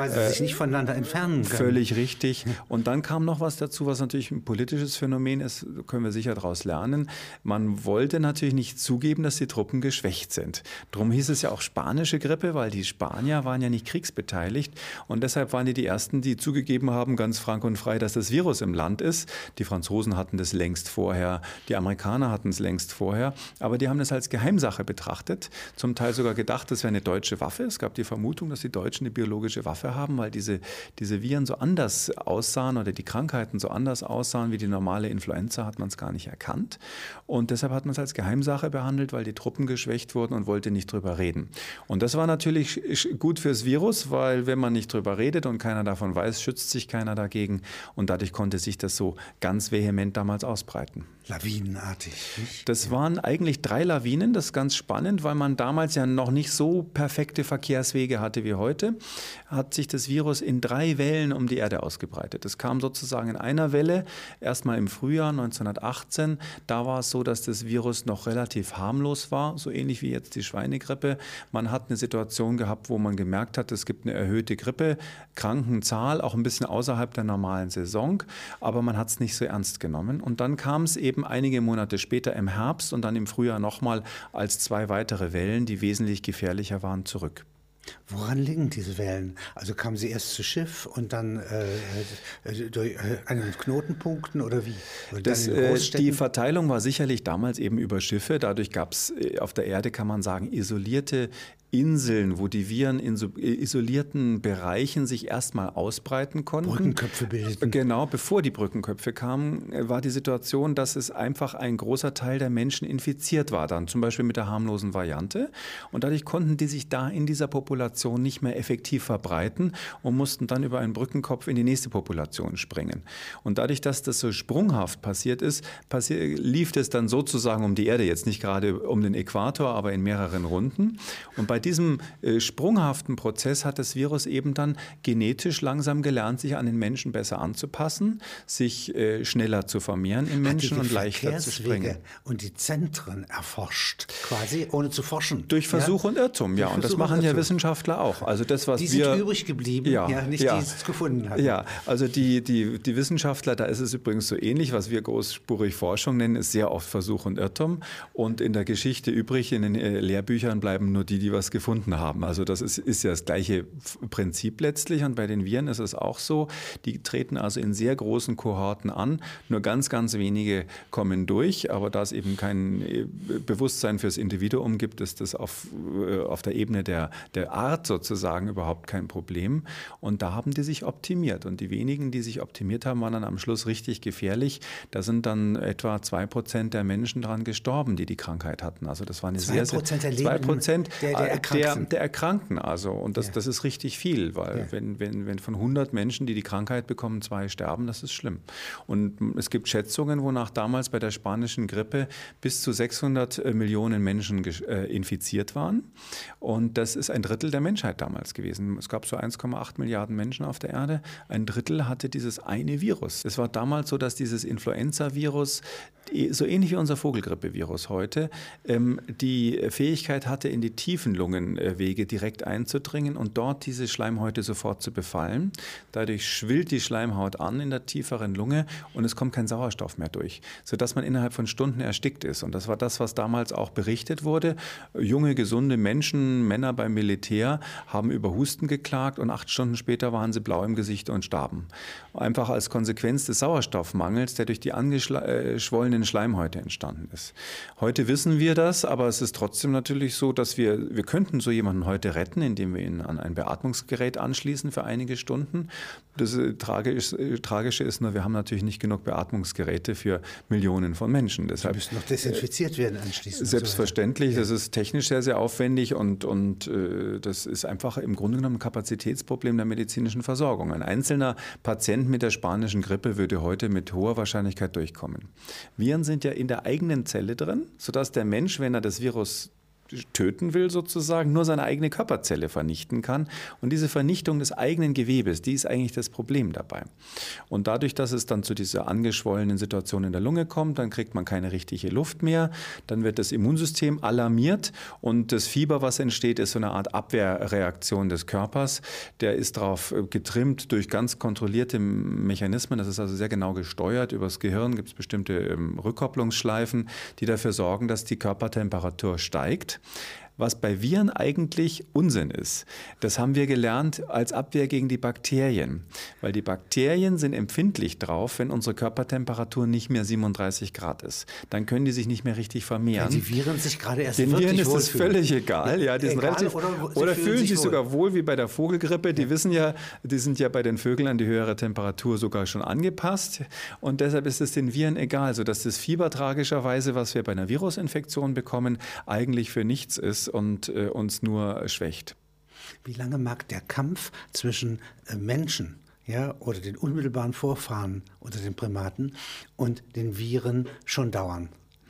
Weil sie sich nicht voneinander entfernen können. Völlig richtig. Und dann kam noch was dazu, was natürlich ein politisches Phänomen ist, können wir sicher daraus lernen. Man wollte natürlich nicht zugeben, dass die Truppen geschwächt sind. Darum hieß es ja auch spanische Grippe, weil die Spanier waren ja nicht kriegsbeteiligt. Und deshalb waren die die Ersten, die zugegeben haben, ganz frank und frei, dass das Virus im Land ist. Die Franzosen hatten das längst vorher, die Amerikaner hatten es längst vorher. Aber die haben das als Geheimsache betrachtet. Zum Teil sogar gedacht, das wäre eine deutsche Waffe. Es gab die Vermutung, dass die Deutschen eine biologische Waffe haben, weil diese, diese Viren so anders aussahen oder die Krankheiten so anders aussahen wie die normale Influenza, hat man es gar nicht erkannt. Und deshalb hat man es als Geheimsache behandelt, weil die Truppen geschwächt wurden und wollte nicht drüber reden. Und das war natürlich gut fürs Virus, weil wenn man nicht drüber redet und keiner davon weiß, schützt sich keiner dagegen. Und dadurch konnte sich das so ganz vehement damals ausbreiten. Lawinenartig. Nicht? Das ja. waren eigentlich drei Lawinen. Das ist ganz spannend, weil man damals ja noch nicht so perfekte Verkehrswege hatte wie heute. Hat sich das Virus in drei Wellen um die Erde ausgebreitet. Es kam sozusagen in einer Welle, erstmal im Frühjahr neunzehnhundertachtzehn. Da war es so, dass das Virus noch relativ harmlos war, so ähnlich wie jetzt die Schweinegrippe. Man hat eine Situation gehabt, wo man gemerkt hat, es gibt eine erhöhte Grippe-Krankenzahl, auch ein bisschen außerhalb der normalen Saison, aber man hat es nicht so ernst genommen. Und dann kam es eben einige Monate später im Herbst und dann im Frühjahr nochmal als zwei weitere Wellen, die wesentlich gefährlicher waren, zurück. Woran liegen diese Wellen? Also kamen sie erst zu Schiff und dann äh, äh, durch, äh, an den Knotenpunkten oder wie? Oder das, äh, die Verteilung war sicherlich damals eben über Schiffe. Dadurch gab es äh, auf der Erde, kann man sagen, isolierte Inseln, wo die Viren in so isolierten Bereichen sich erstmal ausbreiten konnten. Brückenköpfe bildeten. Genau, bevor die Brückenköpfe kamen, war die Situation, dass es einfach ein großer Teil der Menschen infiziert war dann, zum Beispiel mit der harmlosen Variante. Und dadurch konnten die sich da in dieser Population nicht mehr effektiv verbreiten und mussten dann über einen Brückenkopf in die nächste Population springen. Und dadurch, dass das so sprunghaft passiert ist, passi- lief es dann sozusagen um die Erde, jetzt nicht gerade um den Äquator, aber in mehreren Runden. Und bei diesem äh, sprunghaften Prozess hat das Virus eben dann genetisch langsam gelernt, sich an den Menschen besser anzupassen, sich äh, schneller zu vermehren im Menschen und leichter zu springen. Und die Zentren erforscht, quasi ohne zu forschen. Durch Versuch ja? und Irrtum, ja. Durch und das Versuch machen und ja Irrtum. Wissenschaftler auch. Also das, was die sind wir, übrig geblieben, ja, ja, nicht ja. die es gefunden haben. Ja, also die, die, die Wissenschaftler, da ist es übrigens so ähnlich, was wir großspurig Forschung nennen, ist sehr oft Versuch und Irrtum. Und in der Geschichte übrig, in den äh, Lehrbüchern bleiben nur die, die was gefunden haben. Also das ist, ist ja das gleiche Prinzip letztlich. Und bei den Viren ist es auch so. Die treten also in sehr großen Kohorten an. Nur ganz, ganz wenige kommen durch. Aber da es eben kein Bewusstsein fürs Individuum gibt, ist das auf, auf der Ebene der, der Art sozusagen überhaupt kein Problem. Und da haben die sich optimiert. Und die wenigen, die sich optimiert haben, waren dann am Schluss richtig gefährlich. Da sind dann etwa zwei Prozent der Menschen dran gestorben, die die Krankheit hatten. Also das war eine sehr, sehr... zwei Prozent der, der, der, der Erkrankten. Also. Und das, ja. das ist richtig viel, weil ja. wenn, wenn, wenn von hundert Menschen, die die Krankheit bekommen, zwei sterben, das ist schlimm. Und es gibt Schätzungen, wonach damals bei der spanischen Grippe bis zu sechshundert Millionen Menschen äh, infiziert waren. Und das ist ein Drittel der Menschheit damals gewesen. Es gab so eins Komma acht Milliarden Menschen auf der Erde. Ein Drittel hatte dieses eine Virus. Es war damals so, dass dieses Influenza-Virus, so ähnlich wie unser Vogelgrippe-Virus heute, ähm, die Fähigkeit hatte, in die tiefen Lungenwege direkt einzudringen und dort diese Schleimhäute sofort zu befallen. Dadurch schwillt die Schleimhaut an in der tieferen Lunge und es kommt kein Sauerstoff mehr durch, sodass man innerhalb von Stunden erstickt ist. Und das war das, was damals auch berichtet wurde. Junge, gesunde Menschen, Männer beim Militär, haben über Husten geklagt und acht Stunden später waren sie blau im Gesicht und starben. Einfach als Konsequenz des Sauerstoffmangels, der durch die angeschwollenen Schleimhäute entstanden ist. Heute wissen wir das, aber es ist trotzdem natürlich so, dass wir, wir könnten so jemanden heute retten, indem wir ihn an ein Beatmungsgerät anschließen für einige Stunden. Das Tragisch, Tragische ist nur, wir haben natürlich nicht genug Beatmungsgeräte für Millionen von Menschen. Deshalb die müssen noch desinfiziert werden anschließend. Selbstverständlich, so. Ja. Das ist technisch sehr, sehr aufwendig und, und äh, das ist einfach im Grunde genommen ein Kapazitätsproblem der medizinischen Versorgung. Ein einzelner Patient mit der spanischen Grippe würde heute mit hoher Wahrscheinlichkeit durchkommen. Viren sind ja in der eigenen Zelle drin, sodass der Mensch, wenn er das Virus töten will sozusagen, nur seine eigene Körperzelle vernichten kann. Und diese Vernichtung des eigenen Gewebes, die ist eigentlich das Problem dabei. Und dadurch, dass es dann zu dieser angeschwollenen Situation in der Lunge kommt, dann kriegt man keine richtige Luft mehr, dann wird das Immunsystem alarmiert und das Fieber, was entsteht, ist so eine Art Abwehrreaktion des Körpers. Der ist darauf getrimmt durch ganz kontrollierte Mechanismen, das ist also sehr genau gesteuert. Übers Gehirn gibt es bestimmte ähm, Rückkopplungsschleifen, die dafür sorgen, dass die Körpertemperatur steigt. Was bei Viren eigentlich Unsinn ist. Das haben wir gelernt als Abwehr gegen die Bakterien. Weil die Bakterien sind empfindlich drauf, wenn unsere Körpertemperatur nicht mehr siebenunddreißig Grad ist. Dann können die sich nicht mehr richtig vermehren. Weil die Viren sich gerade erst Den wirklich Viren ist es wohlfühlen. völlig egal. Ja, die sind Egal, relativ, oder oder, sie oder fühlen fühlen sich sich wohl. sogar wohl wie bei der Vogelgrippe. Die wissen ja, die sind ja bei den Vögeln an die höhere Temperatur sogar schon angepasst. Und deshalb ist es den Viren egal, sodass das Fieber tragischerweise, was wir bei einer Virusinfektion bekommen, eigentlich für nichts ist und äh, uns nur schwächt. Wie lange mag der Kampf zwischen äh, Menschen, ja, oder den unmittelbaren Vorfahren oder den Primaten und den Viren schon dauern?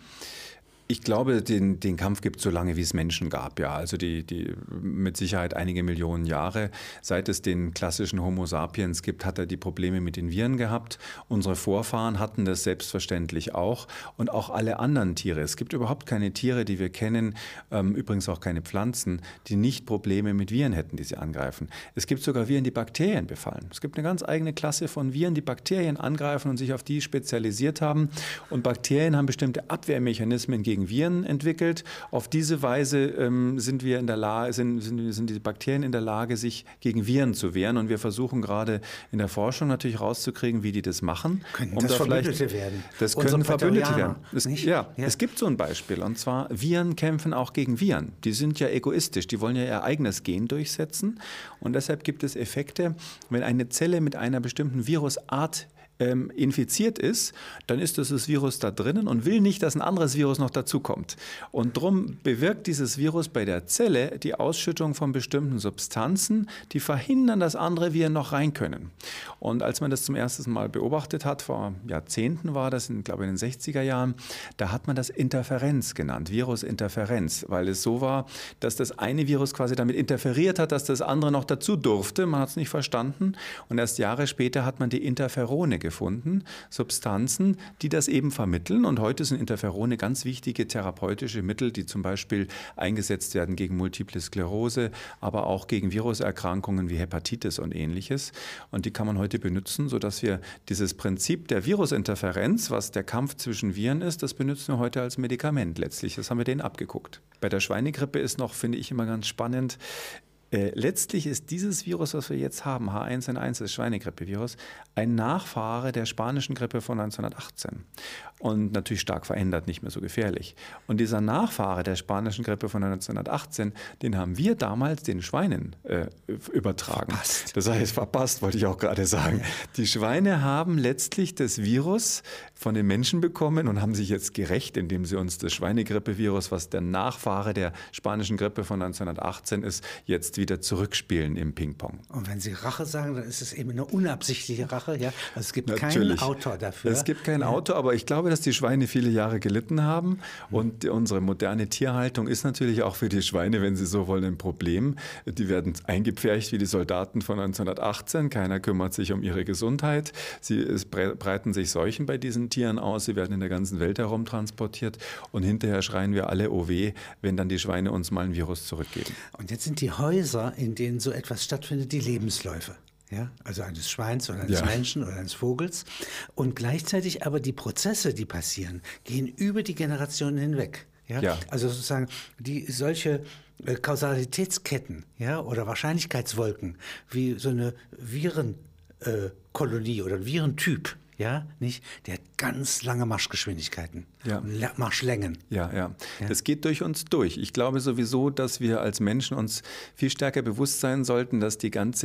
Ich glaube, den, den Kampf gibt es so lange, wie es Menschen gab. Ja, also die, die mit Sicherheit einige Millionen Jahre. Seit es den klassischen Homo sapiens gibt, hat er die Probleme mit den Viren gehabt. Unsere Vorfahren hatten das selbstverständlich auch und auch alle anderen Tiere. Es gibt überhaupt keine Tiere, die wir kennen, ähm, übrigens auch keine Pflanzen, die nicht Probleme mit Viren hätten, die sie angreifen. Es gibt sogar Viren, die Bakterien befallen. Es gibt eine ganz eigene Klasse von Viren, die Bakterien angreifen und sich auf die spezialisiert haben. Und Bakterien haben bestimmte Abwehrmechanismen gegen Viren entwickelt. Auf diese Weise ähm, sind wir in der Lage, sind, sind, sind die Bakterien in der Lage, sich gegen Viren zu wehren. Und wir versuchen gerade in der Forschung natürlich rauszukriegen, wie die das machen. Können um das da Verbündete werden? Das Unsere können Verbündete werden. Prätorianer, Es, nicht? ja, Ja. es gibt so ein Beispiel. Und zwar, Viren kämpfen auch gegen Viren. Die sind ja egoistisch. Die wollen ja ihr eigenes Gen durchsetzen. Und deshalb gibt es Effekte, wenn eine Zelle mit einer bestimmten Virusart ähm, infiziert ist, dann ist das, das Virus da drinnen und will nicht, dass ein anderes Virus noch dazukommt. Und darum bewirkt dieses Virus bei der Zelle die Ausschüttung von bestimmten Substanzen, die verhindern, dass andere Viren noch rein können. Und als man das zum ersten Mal beobachtet hat, vor Jahrzehnten war das, in, glaube ich in den sechziger Jahren, da hat man das Interferenz genannt, Virusinterferenz, weil es so war, dass das eine Virus quasi damit interferiert hat, dass das andere noch dazu durfte. Man hat es nicht verstanden. Und erst Jahre später hat man die Interferone gefunden. gefunden, Substanzen, die das eben vermitteln. Und heute sind Interferone ganz wichtige therapeutische Mittel, die zum Beispiel eingesetzt werden gegen Multiple Sklerose, aber auch gegen Viruserkrankungen wie Hepatitis und Ähnliches. Und die kann man heute benutzen, sodass wir dieses Prinzip der Virusinterferenz, was der Kampf zwischen Viren ist, das benutzen wir heute als Medikament letztlich. Das haben wir denen abgeguckt. Bei der Schweinegrippe ist noch, finde ich, immer ganz spannend, Äh, letztlich ist dieses Virus, was wir jetzt haben, H eins N eins, das Schweinegrippevirus, ein Nachfahre der spanischen Grippe von neunzehnhundertachtzehn. Und natürlich stark verändert, nicht mehr so gefährlich. Und dieser Nachfahre der spanischen Grippe von neunzehnhundertachtzehn, den haben wir damals den Schweinen äh, übertragen. Verpasst. Das heißt, verpasst, wollte ich auch gerade sagen. Die Schweine haben letztlich das Virus von den Menschen bekommen und haben sich jetzt gerecht, indem sie uns das Schweinegrippevirus, was der Nachfahre der spanischen Grippe von neunzehnhundertachtzehn ist, jetzt wieder zurückspielen im Ping-Pong. Und wenn Sie Rache sagen, dann ist es eben eine unabsichtliche Rache. Ja? Also es gibt Natürlich. keinen Autor dafür. Es gibt keinen ja. Autor, aber ich glaube, dass die Schweine viele Jahre gelitten haben. Und unsere moderne Tierhaltung ist natürlich auch für die Schweine, wenn sie so wollen, ein Problem. Die werden eingepfercht wie die Soldaten von neunzehnhundertachtzehn. Keiner kümmert sich um ihre Gesundheit. Sie es breiten sich Seuchen bei diesen Tieren aus. Sie werden in der ganzen Welt herumtransportiert. Und hinterher schreien wir alle, oh weh, wenn dann die Schweine uns mal ein Virus zurückgeben. Und jetzt sind die Häuser, in denen so etwas stattfindet, die Lebensläufe. Ja, also eines Schweins oder eines Ja. Menschen oder eines Vogels. Und gleichzeitig aber die Prozesse, die passieren, gehen über die Generationen hinweg. Ja? Ja. Also sozusagen die solche äh, Kausalitätsketten, ja, oder Wahrscheinlichkeitswolken, wie so eine Virenkolonie äh, Kolonie oder Virentyp, ja, nicht? Der hat ganz lange Marschgeschwindigkeiten, Ja. La- Marschlängen. Ja, ja, Ja. Das geht durch uns durch. Ich glaube sowieso, dass wir als Menschen uns viel stärker bewusst sein sollten, dass die ganze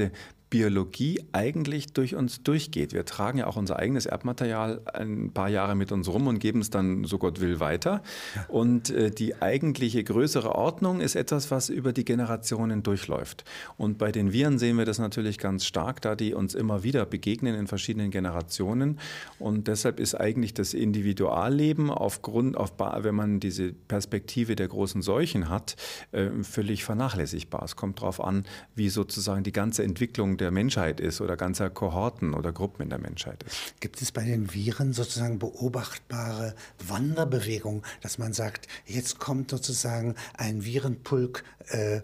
Biologie eigentlich durch uns durchgeht. Wir tragen ja auch unser eigenes Erbmaterial ein paar Jahre mit uns rum und geben es dann, so Gott will, weiter. Ja. Und äh, die eigentliche größere Ordnung ist etwas, was über die Generationen durchläuft. Und bei den Viren sehen wir das natürlich ganz stark, da die uns immer wieder begegnen in verschiedenen Generationen. Und deshalb ist eigentlich das Individualleben aufgrund, auf, wenn man diese Perspektive der großen Seuchen hat, äh, völlig vernachlässigbar. Es kommt darauf an, wie sozusagen die ganze Entwicklung der Menschheit ist oder ganzer Kohorten oder Gruppen in der Menschheit ist. Gibt es bei den Viren sozusagen beobachtbare Wanderbewegungen, dass man sagt, jetzt kommt sozusagen ein Virenpulk äh,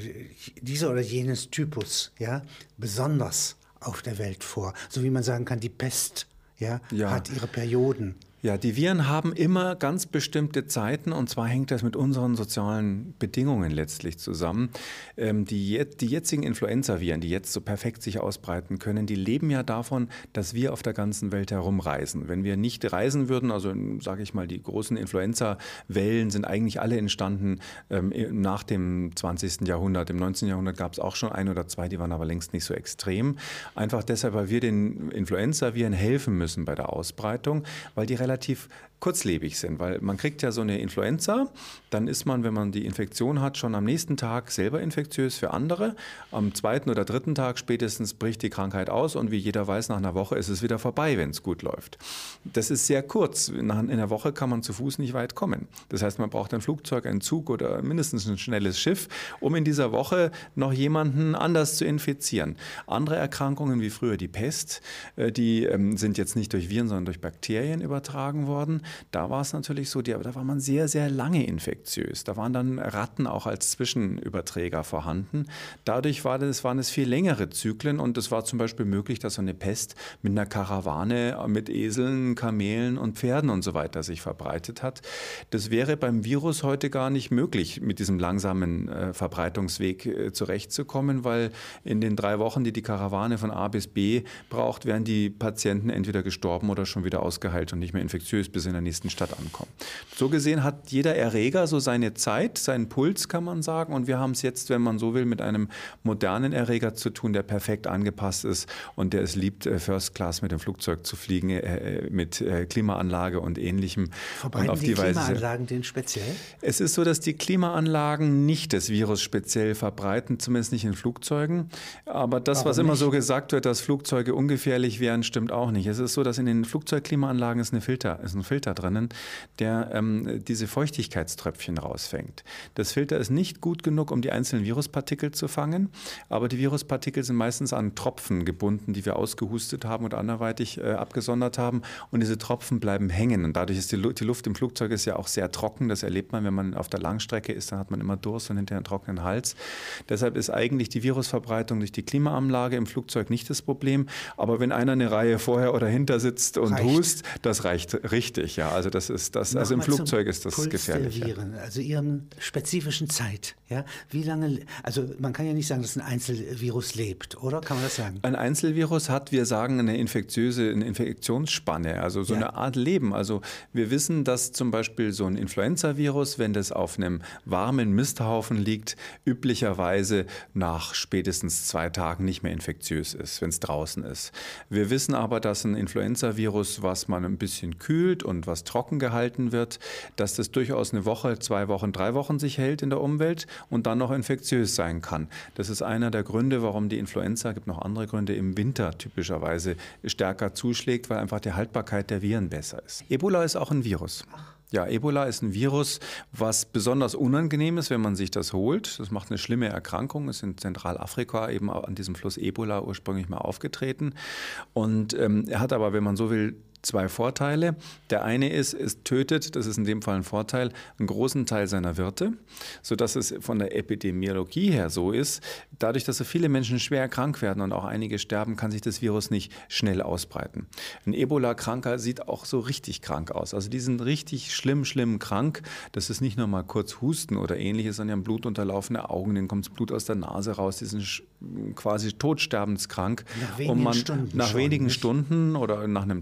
dieser oder jenes Typus, ja, besonders auf der Welt vor? So wie man sagen kann, die Pest, ja, ja. hat ihre Perioden. Ja, die Viren haben immer ganz bestimmte Zeiten, und zwar hängt das mit unseren sozialen Bedingungen letztlich zusammen. Ähm, die, die jetzigen Influenza-Viren, die jetzt so perfekt sich ausbreiten können, die leben ja davon, dass wir auf der ganzen Welt herumreisen. Wenn wir nicht reisen würden, also sage ich mal, die großen Influenza-Wellen sind eigentlich alle entstanden ähm, nach dem zwanzigsten Jahrhundert. Im neunzehnten Jahrhundert gab es auch schon ein oder zwei, die waren aber längst nicht so extrem. Einfach deshalb, weil wir den Influenza-Viren helfen müssen bei der Ausbreitung, weil die relativ relativ kurzlebig sind, weil man kriegt ja so eine Influenza, dann ist man, wenn man die Infektion hat, schon am nächsten Tag selber infektiös für andere. Am zweiten oder dritten Tag spätestens bricht die Krankheit aus und wie jeder weiß, nach einer Woche ist es wieder vorbei, wenn es gut läuft. Das ist sehr kurz. Nach in einer Woche kann man zu Fuß nicht weit kommen. Das heißt, man braucht ein Flugzeug, einen Zug oder mindestens ein schnelles Schiff, um in dieser Woche noch jemanden anders zu infizieren. Andere Erkrankungen wie früher die Pest, die sind jetzt nicht durch Viren, sondern durch Bakterien übertragen worden. Da war es natürlich so, die, aber da war man sehr, sehr lange infektiös. Da waren dann Ratten auch als Zwischenüberträger vorhanden. Dadurch war das, waren es viel längere Zyklen und es war zum Beispiel möglich, dass so eine Pest mit einer Karawane mit Eseln, Kamelen und Pferden und so weiter sich verbreitet hat. Das wäre beim Virus heute gar nicht möglich, mit diesem langsamen äh, Verbreitungsweg äh, zurechtzukommen, weil in den drei Wochen, die die Karawane von A bis B braucht, wären die Patienten entweder gestorben oder schon wieder ausgeheilt und nicht mehr infektiös bis in der nächsten Stadt ankommen. So gesehen hat jeder Erreger so seine Zeit, seinen Puls, kann man sagen. Und wir haben es jetzt, wenn man so will, mit einem modernen Erreger zu tun, der perfekt angepasst ist und der es liebt, First Class mit dem Flugzeug zu fliegen, äh, mit äh, Klimaanlage und Ähnlichem. Verbreiten und auf die, die Klimaanlagen Weise, den speziell? Es ist so, dass die Klimaanlagen nicht das Virus speziell verbreiten, zumindest nicht in Flugzeugen. Aber das, Warum was immer nicht? so gesagt wird, dass Flugzeuge ungefährlich wären, stimmt auch nicht. Es ist so, dass in den Flugzeugklimaanlagen ist, eine Filter, ist ein Filter drinnen, der ähm, diese Feuchtigkeitströpfchen rausfängt. Das Filter ist nicht gut genug, um die einzelnen Viruspartikel zu fangen, aber die Viruspartikel sind meistens an Tropfen gebunden, die wir ausgehustet haben oder anderweitig äh, abgesondert haben, und diese Tropfen bleiben hängen und dadurch ist die, die Luft im Flugzeug ist ja auch sehr trocken. Das erlebt man, wenn man auf der Langstrecke ist, dann hat man immer Durst und hinterher einen trockenen Hals. Deshalb ist eigentlich die Virusverbreitung durch die Klimaanlage im Flugzeug nicht das Problem, aber wenn einer eine Reihe vorher oder hinter sitzt und reicht. hust, das reicht richtig, ja. Also das ist das, also im Flugzeug ist das Puls gefährlich. Der Viren, also ihren spezifischen Zeit, ja. Wie lange, also man kann ja nicht sagen, dass ein Einzelvirus lebt, oder? Kann man das sagen? Ein Einzelvirus hat, wir sagen, eine infektiöse, eine Infektionsspanne, also so ja. eine Art Leben. Also wir wissen, dass zum Beispiel so ein Influenza-Virus, wenn das auf einem warmen Misthaufen liegt, üblicherweise nach spätestens zwei Tagen nicht mehr infektiös ist, wenn es draußen ist. Wir wissen aber, dass ein Influenza-Virus, was man ein bisschen kühlt und was trocken gehalten wird, dass das durchaus eine Woche, zwei Wochen, drei Wochen sich hält in der Umwelt und dann noch infektiös sein kann. Das ist einer der Gründe, warum die Influenza, gibt noch andere Gründe, im Winter typischerweise stärker zuschlägt, weil einfach die Haltbarkeit der Viren besser ist. Ebola ist auch ein Virus. Ja, Ebola ist ein Virus, was besonders unangenehm ist, wenn man sich das holt. Das macht eine schlimme Erkrankung. Es ist in Zentralafrika eben an diesem Fluss Ebola ursprünglich mal aufgetreten. Und ähm, er hat aber, wenn man so will, zwei Vorteile. Der eine ist, es tötet, das ist in dem Fall ein Vorteil, einen großen Teil seiner Wirte, sodass es von der Epidemiologie her so ist, dadurch, dass so viele Menschen schwer krank werden und auch einige sterben, kann sich das Virus nicht schnell ausbreiten. Ein Ebola-Kranker sieht auch so richtig krank aus. Also die sind richtig schlimm, schlimm krank. Das ist nicht nur mal kurz Husten oder ähnliches, sondern die haben blutunterlaufene Augen, denen kommt das Blut aus der Nase raus, die sind quasi todsterbenskrank. Nach wenigen und man, Stunden Nach schon, wenigen nicht? Stunden oder nach einem Tag später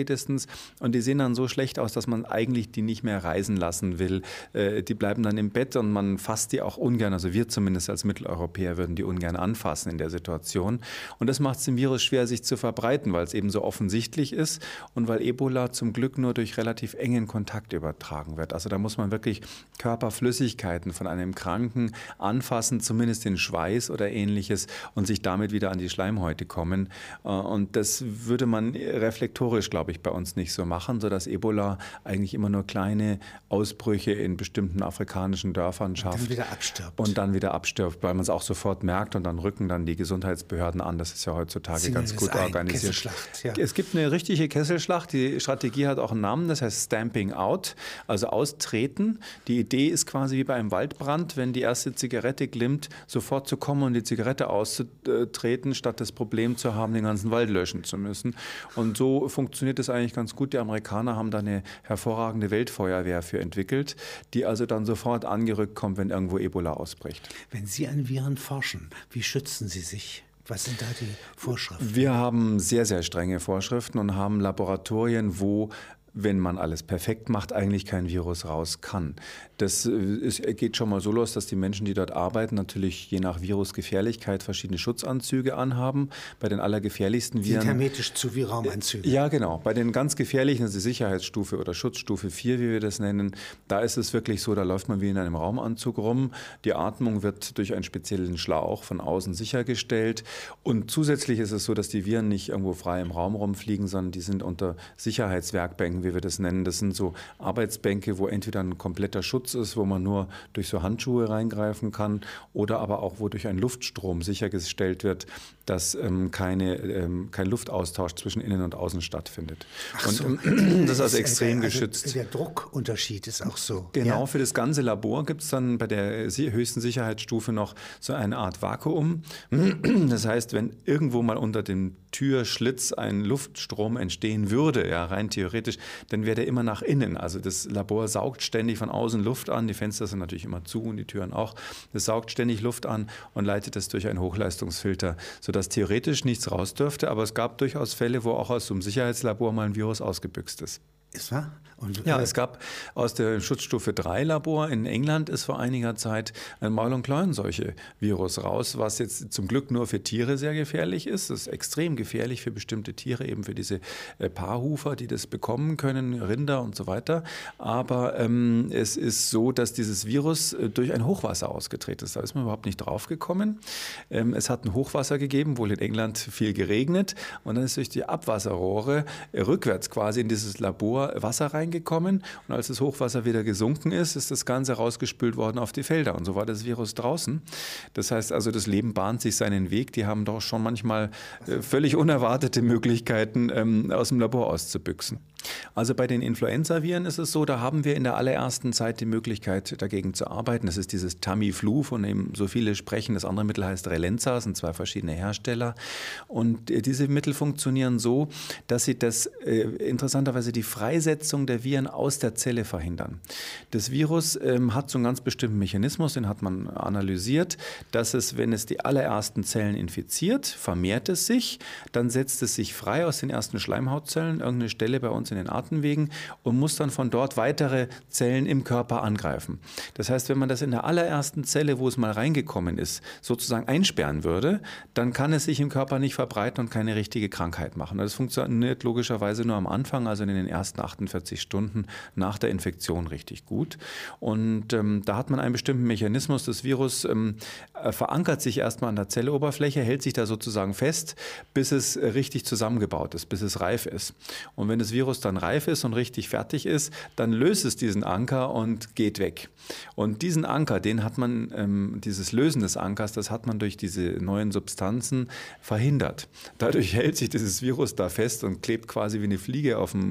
spätestens. Und die sehen dann so schlecht aus, dass man eigentlich die nicht mehr reisen lassen will. Äh, die bleiben dann im Bett und man fasst die auch ungern, also wir zumindest als Mitteleuropäer würden die ungern anfassen in der Situation. Und das macht es dem Virus schwer, sich zu verbreiten, weil es eben so offensichtlich ist und weil Ebola zum Glück nur durch relativ engen Kontakt übertragen wird. Also da muss man wirklich Körperflüssigkeiten von einem Kranken anfassen, zumindest den Schweiß oder Ähnliches, und sich damit wieder an die Schleimhäute kommen. Und das würde man reflektorisch, glaube ich, bei uns nicht so machen, sodass Ebola eigentlich immer nur kleine Ausbrüche in bestimmten afrikanischen Dörfern schafft. Und dann wieder abstirbt. Und dann wieder abstirbt, weil man es auch sofort merkt und dann rücken dann die Gesundheitsbehörden an. Das ist ja heutzutage Sie ganz gut ein, organisiert. Kesselschlacht, ja. Es gibt eine richtige Kesselschlacht. Die Strategie hat auch einen Namen, das heißt Stamping Out, also austreten. Die Idee ist quasi wie bei einem Waldbrand, wenn die erste Zigarette glimmt, sofort zu kommen und die Zigarette auszutreten, statt das Problem zu haben, den ganzen Wald löschen zu müssen. Und so funktioniert es eigentlich ganz gut. Die Amerikaner haben da eine hervorragende Weltfeuerwehr für entwickelt, die also dann sofort angerückt kommt, wenn irgendwo Ebola ausbricht. Wenn Sie an Viren forschen, wie schützen Sie sich? Was sind da die Vorschriften? Wir haben sehr, sehr strenge Vorschriften und haben Laboratorien, wo, wenn man alles perfekt macht, eigentlich kein Virus raus kann. Das ist, geht schon mal so los, dass die Menschen, die dort arbeiten, natürlich je nach Virusgefährlichkeit verschiedene Schutzanzüge anhaben. Bei den allergefährlichsten Viren... Sind hermetisch zu wie Raumanzüge. Ja, genau. Bei den ganz gefährlichen, also Sicherheitsstufe oder Schutzstufe vier, wie wir das nennen, da ist es wirklich so, da läuft man wie in einem Raumanzug rum. Die Atmung wird durch einen speziellen Schlauch von außen sichergestellt. Und zusätzlich ist es so, dass die Viren nicht irgendwo frei im Raum rumfliegen, sondern die sind unter Sicherheitswerkbänken, wie wir das nennen. Das sind so Arbeitsbänke, wo entweder ein kompletter Schutz ist, wo man nur durch so Handschuhe reingreifen kann, oder aber auch, wo durch einen Luftstrom sichergestellt wird, dass ähm, keine, ähm, kein Luftaustausch zwischen Innen und Außen stattfindet. Ach und so. ähm, das ist also extrem also geschützt. Der Druckunterschied ist auch so. Genau, ja. Für das ganze Labor gibt es dann bei der höchsten Sicherheitsstufe noch so eine Art Vakuum. Das heißt, wenn irgendwo mal unter dem Türschlitz ein Luftstrom entstehen würde, ja, rein theoretisch, dann wäre der immer nach innen. Also das Labor saugt ständig von außen Luft an. Die Fenster sind natürlich immer zu und die Türen auch. Das saugt ständig Luft an und leitet das durch einen Hochleistungsfilter, sodass theoretisch nichts raus dürfte. Aber es gab durchaus Fälle, wo auch aus so einem Sicherheitslabor mal ein Virus ausgebüxt ist. Ist wahr? Und, ja, äh, es gab aus der Schutzstufe drei Labor in England ist vor einiger Zeit ein Maul- und Klauenseuche-Virus raus, was jetzt zum Glück nur für Tiere sehr gefährlich ist. Das ist extrem gefährlich für bestimmte Tiere, eben für diese äh, Paarhufer, die das bekommen können, Rinder und so weiter. Aber ähm, es ist so, dass dieses Virus äh, durch ein Hochwasser ausgetreten ist. Da ist man überhaupt nicht drauf gekommen. Ähm, es hat ein Hochwasser gegeben, wohl in England viel geregnet, und dann ist durch die Abwasserrohre äh, rückwärts quasi in dieses Labor Wasser reingekommen, und als das Hochwasser wieder gesunken ist, ist das Ganze rausgespült worden auf die Felder, und so war das Virus draußen. Das heißt also, das Leben bahnt sich seinen Weg. Die haben doch schon manchmal äh, völlig unerwartete Möglichkeiten, ähm, aus dem Labor auszubüchsen. Also bei den Influenza-Viren ist es so, da haben wir in der allerersten Zeit die Möglichkeit, dagegen zu arbeiten. Das ist dieses Tamiflu, von dem so viele sprechen. Das andere Mittel heißt Relenza, das sind zwei verschiedene Hersteller. Und diese Mittel funktionieren so, dass sie das äh, interessanterweise die Freisetzung der Viren aus der Zelle verhindern. Das Virus ähm, hat so einen ganz bestimmten Mechanismus, den hat man analysiert, dass es, wenn es die allerersten Zellen infiziert, vermehrt es sich, dann setzt es sich frei aus den ersten Schleimhautzellen, irgendeine Stelle bei uns in den Atemwegen, und muss dann von dort weitere Zellen im Körper angreifen. Das heißt, wenn man das in der allerersten Zelle, wo es mal reingekommen ist, sozusagen einsperren würde, dann kann es sich im Körper nicht verbreiten und keine richtige Krankheit machen. Das funktioniert logischerweise nur am Anfang, also in den ersten achtundvierzig Stunden nach der Infektion richtig gut. Und ähm, da hat man einen bestimmten Mechanismus. Das Virus ähm, verankert sich erstmal an der Zelloberfläche, hält sich da sozusagen fest, bis es richtig zusammengebaut ist, bis es reif ist. Und wenn das Virus dann reif ist und richtig fertig ist, dann löst es diesen Anker und geht weg. Und diesen Anker, den hat man, ähm, dieses Lösen des Ankers, das hat man durch diese neuen Substanzen verhindert. Dadurch hält sich dieses Virus da fest und klebt quasi wie eine Fliege auf dem, ähm,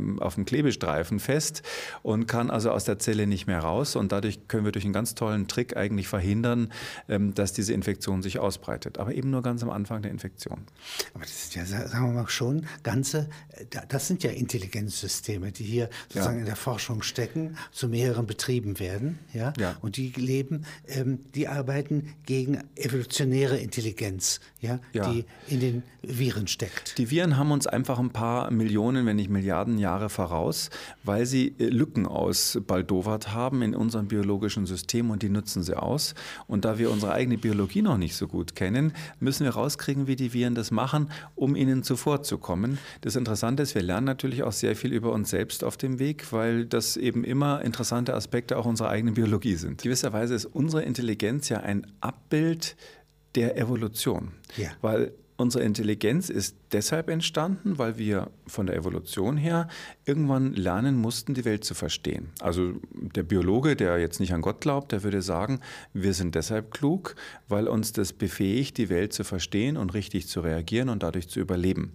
dem, auf dem Klebestreifen fest und kann also aus der Zelle nicht mehr raus. Und dadurch können wir durch einen ganz tollen Trick eigentlich verhindern, ähm, dass diese Infektion sich ausbreitet. Aber eben nur ganz am Anfang der Infektion. Aber das sind ja, sagen wir mal schon, ganze, das sind ja Intelligenzsysteme, die hier sozusagen ja. in der Forschung stecken, zu mehreren betrieben werden. Ja? Ja. Und die leben, ähm, die arbeiten gegen evolutionäre Intelligenz, ja? Ja. die in den Viren steckt. Die Viren haben uns einfach ein paar Millionen, wenn nicht Milliarden Jahre voraus, weil sie Lücken ausbaldowert haben in unserem biologischen System und die nutzen sie aus. Und da wir unsere eigene Biologie noch nicht so gut kennen, müssen wir rauskriegen, wie die Viren das machen, um ihnen zuvorzukommen. Das Interessante ist, wir lernen natürlich auch sehr viel über uns selbst auf dem Weg, weil das eben immer interessante Aspekte auch unserer eigenen Biologie sind. In gewisser Weise ist unsere Intelligenz ja ein Abbild der Evolution, ja. weil unsere Intelligenz ist deshalb entstanden, weil wir von der Evolution her irgendwann lernen mussten, die Welt zu verstehen. Also der Biologe, der jetzt nicht an Gott glaubt, der würde sagen, wir sind deshalb klug, weil uns das befähigt, die Welt zu verstehen und richtig zu reagieren und dadurch zu überleben.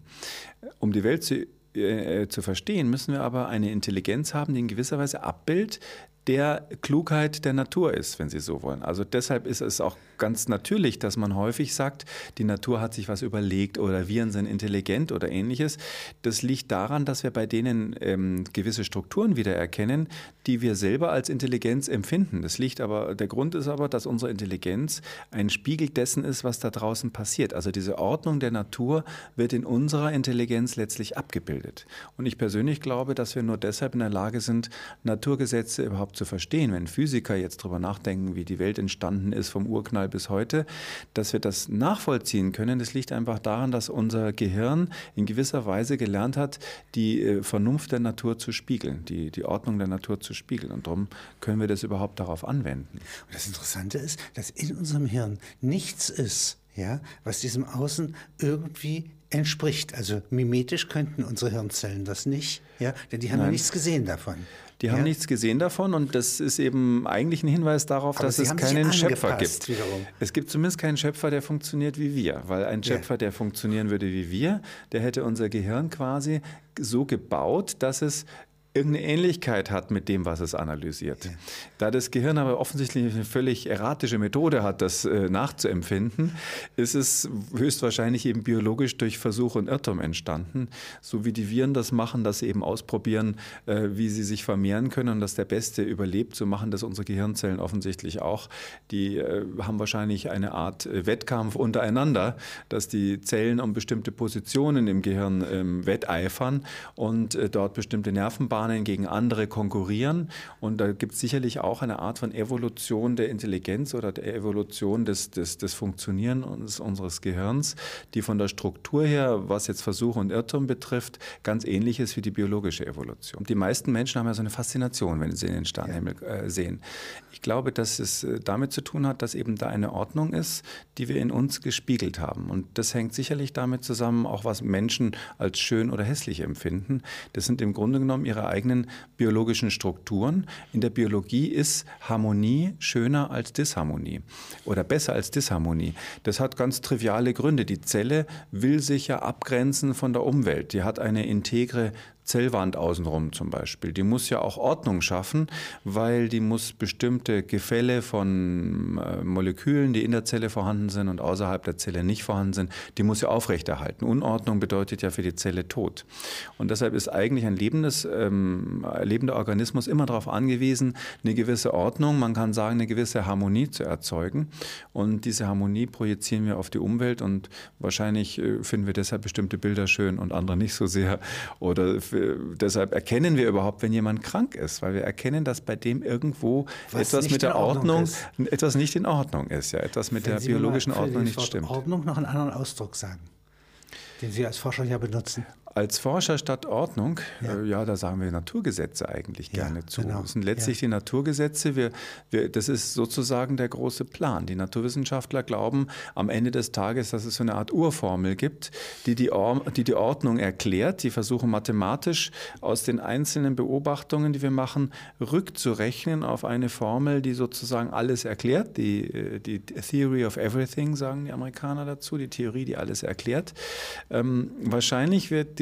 Um die Welt zu, äh, zu verstehen, müssen wir aber eine Intelligenz haben, die in gewisser Weise abbildet der Klugheit der Natur ist, wenn Sie so wollen. Also deshalb ist es auch ganz natürlich, dass man häufig sagt, die Natur hat sich was überlegt oder Viren sind intelligent oder Ähnliches. Das liegt daran, dass wir bei denen ähm, gewisse Strukturen wiedererkennen, die wir selber als Intelligenz empfinden. Das liegt aber, der Grund ist aber, dass unsere Intelligenz ein Spiegel dessen ist, was da draußen passiert. Also diese Ordnung der Natur wird in unserer Intelligenz letztlich abgebildet. Und ich persönlich glaube, dass wir nur deshalb in der Lage sind, Naturgesetze überhaupt zu verstehen, wenn Physiker jetzt darüber nachdenken, wie die Welt entstanden ist vom Urknall bis heute, dass wir das nachvollziehen können. Das liegt einfach daran, dass unser Gehirn in gewisser Weise gelernt hat, die Vernunft der Natur zu spiegeln, die, die Ordnung der Natur zu spiegeln. Und darum können wir das überhaupt darauf anwenden. Und das Interessante ist, dass in unserem Hirn nichts ist, ja, was diesem Außen irgendwie entspricht. Also mimetisch könnten unsere Hirnzellen das nicht, ja, denn die haben ja nichts gesehen davon. Die haben ja. nichts gesehen davon und das ist eben eigentlich ein Hinweis darauf, Aber dass Sie es haben keinen sich Schöpfer gibt. Wiederum. Es gibt zumindest keinen Schöpfer, der funktioniert wie wir, weil ein Schöpfer, ja. der funktionieren würde wie wir, der hätte unser Gehirn quasi so gebaut, dass es irgendeine Ähnlichkeit hat mit dem, was es analysiert. Ja. Da das Gehirn aber offensichtlich eine völlig erratische Methode hat, das äh, nachzuempfinden, ist es höchstwahrscheinlich eben biologisch durch Versuch und Irrtum entstanden. So wie die Viren das machen, dass sie eben ausprobieren, äh, wie sie sich vermehren können und dass der Beste überlebt, so machen das unsere Gehirnzellen offensichtlich auch. Die äh, haben wahrscheinlich eine Art äh, Wettkampf untereinander, dass die Zellen um bestimmte Positionen im Gehirn ähm, wetteifern und äh, dort bestimmte Nervenbahnen gegen andere konkurrieren. Und da gibt es sicherlich auch eine Art von Evolution der Intelligenz oder der Evolution des, des, des Funktionierens unseres Gehirns, die von der Struktur her, was jetzt Versuch und Irrtum betrifft, ganz ähnlich ist wie die biologische Evolution. Die meisten Menschen haben ja so eine Faszination, wenn sie den Sternenhimmel äh, sehen. Ich glaube, dass es damit zu tun hat, dass eben da eine Ordnung ist, die wir in uns gespiegelt haben. Und das hängt sicherlich damit zusammen, auch was Menschen als schön oder hässlich empfinden. Das sind im Grunde genommen ihre eigenen biologischen Strukturen. In der Biologie ist Harmonie schöner als Disharmonie oder besser als Disharmonie. Das hat ganz triviale Gründe. Die Zelle will sich ja abgrenzen von der Umwelt. Die hat eine integre Zellwand außenrum zum Beispiel. Die muss ja auch Ordnung schaffen, weil die muss bestimmte Gefälle von äh, Molekülen, die in der Zelle vorhanden sind und außerhalb der Zelle nicht vorhanden sind, die muss ja aufrechterhalten. Unordnung bedeutet ja für die Zelle Tod. Und deshalb ist eigentlich ein lebendes, ähm, lebender Organismus immer darauf angewiesen, eine gewisse Ordnung, man kann sagen, eine gewisse Harmonie zu erzeugen. Und diese Harmonie projizieren wir auf die Umwelt und wahrscheinlich äh, finden wir deshalb bestimmte Bilder schön und andere nicht so sehr. Oder deshalb erkennen wir überhaupt, wenn jemand krank ist, weil wir erkennen, dass bei dem irgendwo Was etwas mit der Ordnung, Ordnung etwas nicht in Ordnung ist, ja, etwas mit Wenn der Sie biologischen Ordnung nicht stimmt. Ordnung noch einen anderen Ausdruck sagen, den Sie als Forscher ja benutzen. Als Forscher statt Ordnung, ja, äh, ja da sagen wir Naturgesetze eigentlich ja, gerne zu. Genau. Das sind letztlich ja. die Naturgesetze. Wir, wir, das ist sozusagen der große Plan. Die Naturwissenschaftler glauben am Ende des Tages, dass es so eine Art Urformel gibt, die die, Or die die Ordnung erklärt. Die versuchen mathematisch aus den einzelnen Beobachtungen, die wir machen, rückzurechnen auf eine Formel, die sozusagen alles erklärt. Die, die Theory of Everything, sagen die Amerikaner dazu, die Theorie, die alles erklärt. Ähm, wahrscheinlich wird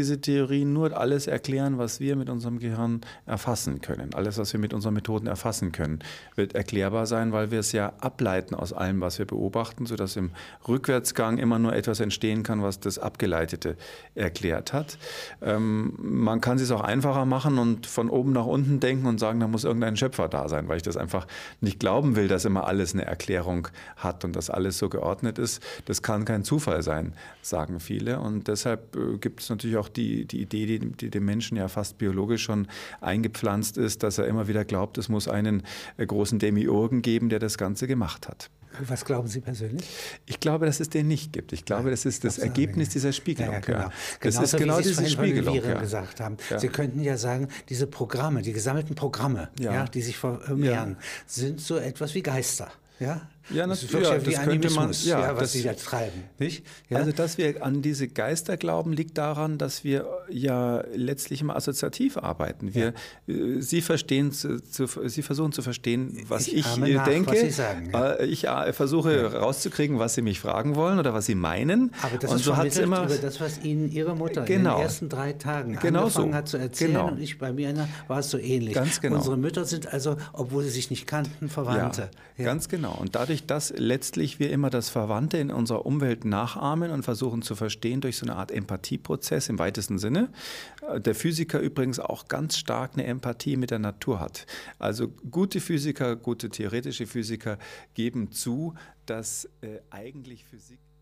diese Theorien nur alles erklären, was wir mit unserem Gehirn erfassen können. Alles, was wir mit unseren Methoden erfassen können, wird erklärbar sein, weil wir es ja ableiten aus allem, was wir beobachten, sodass im Rückwärtsgang immer nur etwas entstehen kann, was das Abgeleitete erklärt hat. Ähm, man kann es sich auch einfacher machen und von oben nach unten denken und sagen, da muss irgendein Schöpfer da sein, weil ich das einfach nicht glauben will, dass immer alles eine Erklärung hat und dass alles so geordnet ist. Das kann kein Zufall sein, sagen viele. Und deshalb äh, gibt es natürlich auch die, die Idee, die, die dem Menschen ja fast biologisch schon eingepflanzt ist, dass er immer wieder glaubt, es muss einen äh, großen Demiurgen geben, der das Ganze gemacht hat. Was glauben Sie persönlich? Ich glaube, dass es den nicht gibt. Ich glaube, ja, das ist das Ergebnis ja. dieser Spiegelung. Ja, ja, genau. Ja. Das Genauso, ist genau wie Sie diese es Spiegelung. Von den Viren ja. gesagt haben. Ja. Sie könnten ja sagen, diese Programme, die gesammelten Programme, ja. Ja, die sich vermehren, sind so etwas wie Geister. Ja, ja, das, das, ist ja, das könnte man, ja, ja, was das, sie da treiben. Nicht? Ja? Also, dass wir an diese Geister glauben, liegt daran, dass wir ja letztlich immer assoziativ arbeiten. Wir, ja. Sie verstehen, zu, zu, Sie versuchen zu verstehen, was ich, ich nach, denke. Was Sie sagen, ja. Ich versuche ja. rauszukriegen, was Sie mich fragen wollen oder was Sie meinen. Aber das und ist so hat's immer über das, was Ihnen Ihre Mutter genau. in den ersten drei Tagen genau angefangen so. hat zu erzählen. Genau. Und ich bei mir war es so ähnlich. Ganz genau. Unsere Mütter sind also, obwohl sie sich nicht kannten, Verwandte. Ja, ja. Ganz genau. Und dadurch, dass letztlich wir immer das Verwandte in unserer Umwelt nachahmen und versuchen zu verstehen durch so eine Art Empathieprozess im weitesten Sinne. Der Physiker übrigens auch ganz stark eine Empathie mit der Natur hat. Also gute Physiker, gute theoretische Physiker geben zu, dass äh, eigentlich Physik